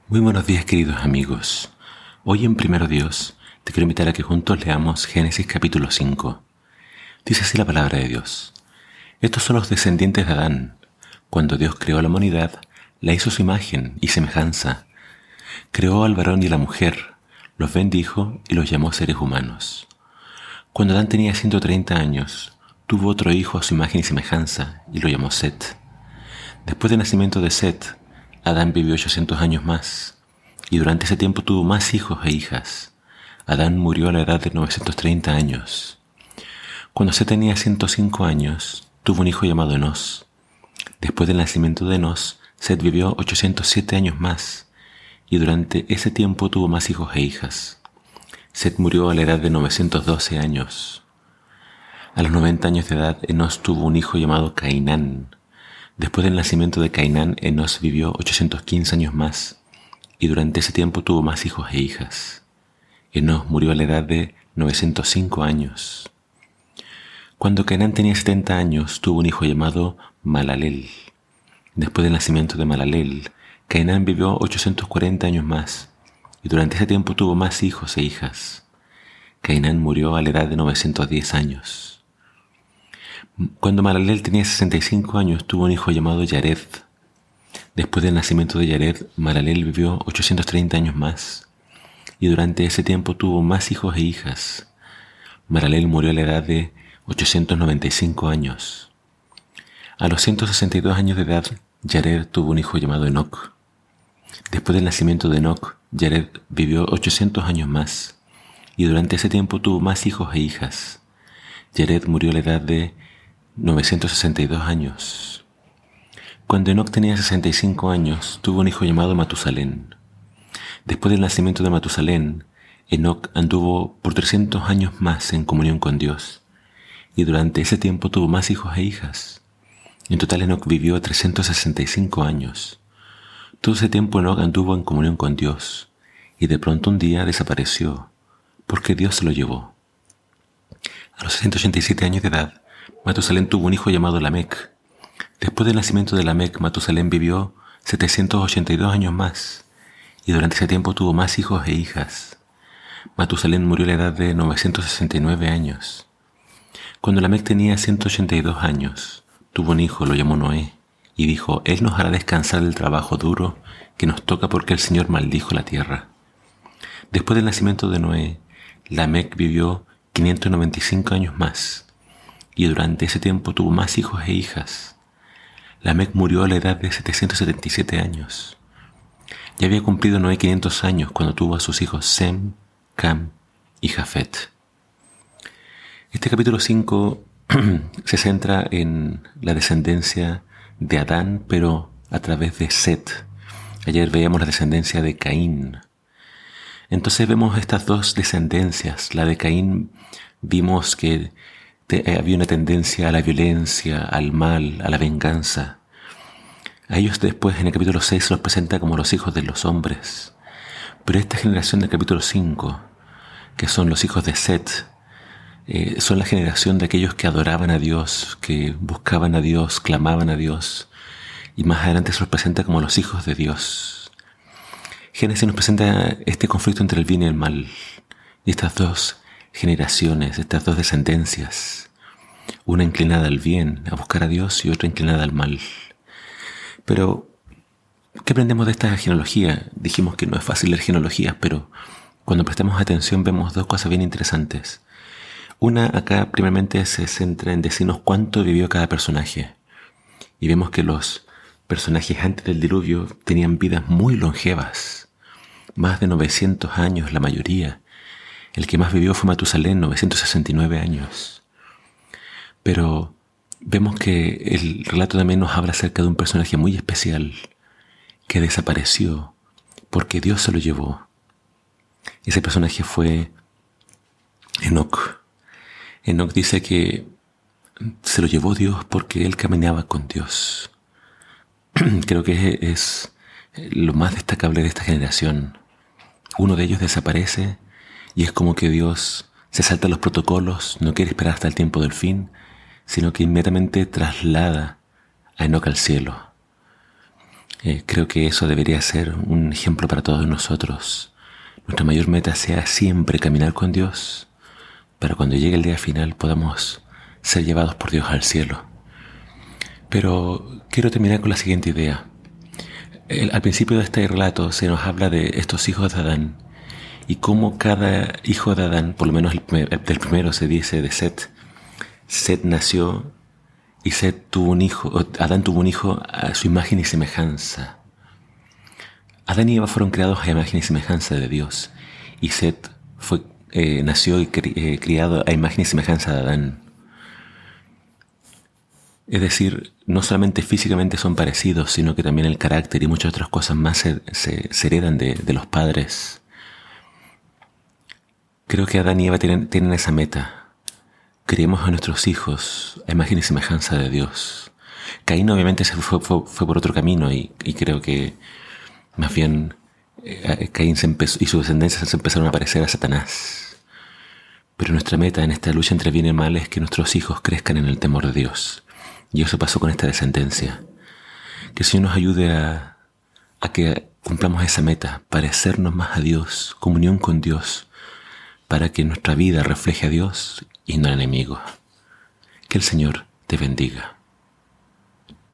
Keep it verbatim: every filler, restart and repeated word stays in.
Muy buenos días, queridos amigos. Hoy en Primero Dios te quiero invitar a que juntos leamos Génesis capítulo cinco. Dice así la palabra de Dios. Estos son los descendientes de Adán. Cuando Dios creó a la humanidad, la hizo su imagen y semejanza. Creó al varón y a la mujer, los bendijo y los llamó seres humanos. Cuando Adán tenía ciento treinta años, tuvo otro hijo a su imagen y semejanza y lo llamó Set. Después del nacimiento de Set, Adán vivió ochocientos años más, y durante ese tiempo tuvo más hijos e hijas. Adán murió a la edad de novecientos treinta años. Cuando Set tenía ciento cinco años, tuvo un hijo llamado Enos. Después del nacimiento de Enos, Set vivió ochocientos siete años más, y durante ese tiempo tuvo más hijos e hijas. Set murió a la edad de novecientos doce años. A los noventa años de edad, Enos tuvo un hijo llamado Cainán. Después del nacimiento de Cainán, Enos vivió ochocientos quince años más, y durante ese tiempo tuvo más hijos e hijas. Enos murió a la edad de novecientos cinco años. Cuando Cainán tenía setenta años, tuvo un hijo llamado Malaleel. Después del nacimiento de Malaleel, Cainán vivió ochocientos cuarenta años más, y durante ese tiempo tuvo más hijos e hijas. Cainán murió a la edad de novecientos diez años. Cuando Malaleel tenía sesenta y cinco años, tuvo un hijo llamado Yared. Después del nacimiento de Yared, Malaleel vivió ochocientos treinta años más, y durante ese tiempo tuvo más hijos e hijas. Malaleel murió a la edad de ochocientos noventa y cinco años. A los ciento sesenta y dos años de edad, Yared tuvo un hijo llamado Enoc. Después del nacimiento de Enoc, Yared vivió ochocientos años más, y durante ese tiempo tuvo más hijos e hijas. Yared murió a la edad de novecientos sesenta y dos años. Cuando Enoc tenía sesenta y cinco años, tuvo un hijo llamado Matusalén. Después del nacimiento de Matusalén, Enoc anduvo por trescientos años más en comunión con Dios, y durante ese tiempo tuvo más hijos e hijas. En total, Enoc vivió trescientos sesenta y cinco años. Todo ese tiempo Enoc anduvo en comunión con Dios, y de pronto un día desapareció, porque Dios se lo llevó. A los ciento ochenta y siete años de edad, Matusalén tuvo un hijo llamado Lamec. Después del nacimiento de Lamec, Matusalén vivió setecientos ochenta y dos años más, y durante ese tiempo tuvo más hijos e hijas. Matusalén murió a la edad de novecientos sesenta y nueve años. Cuando Lamec tenía ciento ochenta y dos años, tuvo un hijo, lo llamó Noé, y dijo: Él nos hará descansar del trabajo duro que nos toca porque el Señor maldijo la tierra. Después del nacimiento de Noé, Lamec vivió quinientos noventa y cinco años más, y durante ese tiempo tuvo más hijos e hijas. Lamec murió a la edad de setecientos setenta y siete años. Ya había cumplido Noé quinientos años cuando tuvo a sus hijos Sem, Cam y Jafet. Este capítulo cinco se centra en la descendencia de Adán, pero a través de Set. Ayer veíamos la descendencia de Caín. Entonces vemos estas dos descendencias. La de Caín, vimos que te, había una tendencia a la violencia, al mal, a la venganza. A ellos después en el capítulo seis se los presenta como los hijos de los hombres. Pero esta generación del capítulo cinco, que son los hijos de Set, eh, son la generación de aquellos que adoraban a Dios, que buscaban a Dios, clamaban a Dios, y más adelante se los presenta como los hijos de Dios. Génesis nos presenta este conflicto entre el bien y el mal, y estas dos generaciones, estas dos descendencias, una inclinada al bien, a buscar a Dios, y otra inclinada al mal. Pero, ¿qué aprendemos de esta genealogía? Dijimos que no es fácil leer genealogías, pero cuando prestamos atención vemos dos cosas bien interesantes. Una, acá primeramente se centra en decirnos cuánto vivió cada personaje, y vemos que los personajes antes del diluvio tenían vidas muy longevas, más de novecientos años la mayoría. El que más vivió fue Matusalén, novecientos sesenta y nueve años. Pero vemos que el relato también nos habla acerca de un personaje muy especial que desapareció porque Dios se lo llevó. Ese personaje fue Enoc. Enoc dice que se lo llevó Dios porque él caminaba con Dios. Creo que es lo más destacable de esta generación. Uno de ellos desaparece y es como que Dios se salta los protocolos, no quiere esperar hasta el tiempo del fin, sino que inmediatamente traslada a Enoc al cielo. Eh, creo que eso debería ser un ejemplo para todos nosotros. Nuestra mayor meta sea siempre caminar con Dios, para cuando llegue el día final podamos ser llevados por Dios al cielo. Pero quiero terminar con la siguiente idea. El, al principio de este relato se nos habla de estos hijos de Adán y cómo cada hijo de Adán, por lo menos el, el, del primero se dice de Set, Set nació y Set tuvo un hijo, Adán tuvo un hijo a su imagen y semejanza. Adán y Eva fueron creados a imagen y semejanza de Dios y Set fue, eh, nació y cri, eh, criado a imagen y semejanza de Adán. Es decir, no solamente físicamente son parecidos, sino que también el carácter y muchas otras cosas más se, se, se heredan de, de los padres. Creo que Adán y Eva tienen, tienen esa meta. Criemos a nuestros hijos a imagen y semejanza de Dios. Caín obviamente se fue, fue, fue por otro camino y, y creo que más bien eh, Caín se empezó, y su descendencia se empezaron a parecer a Satanás. Pero nuestra meta en esta lucha entre bien y mal es que nuestros hijos crezcan en el temor de Dios. Y eso pasó con esta descendencia. Que el Señor nos ayude a, a que cumplamos esa meta, parecernos más a Dios, comunión con Dios, para que nuestra vida refleje a Dios y no al enemigo. Que el Señor te bendiga.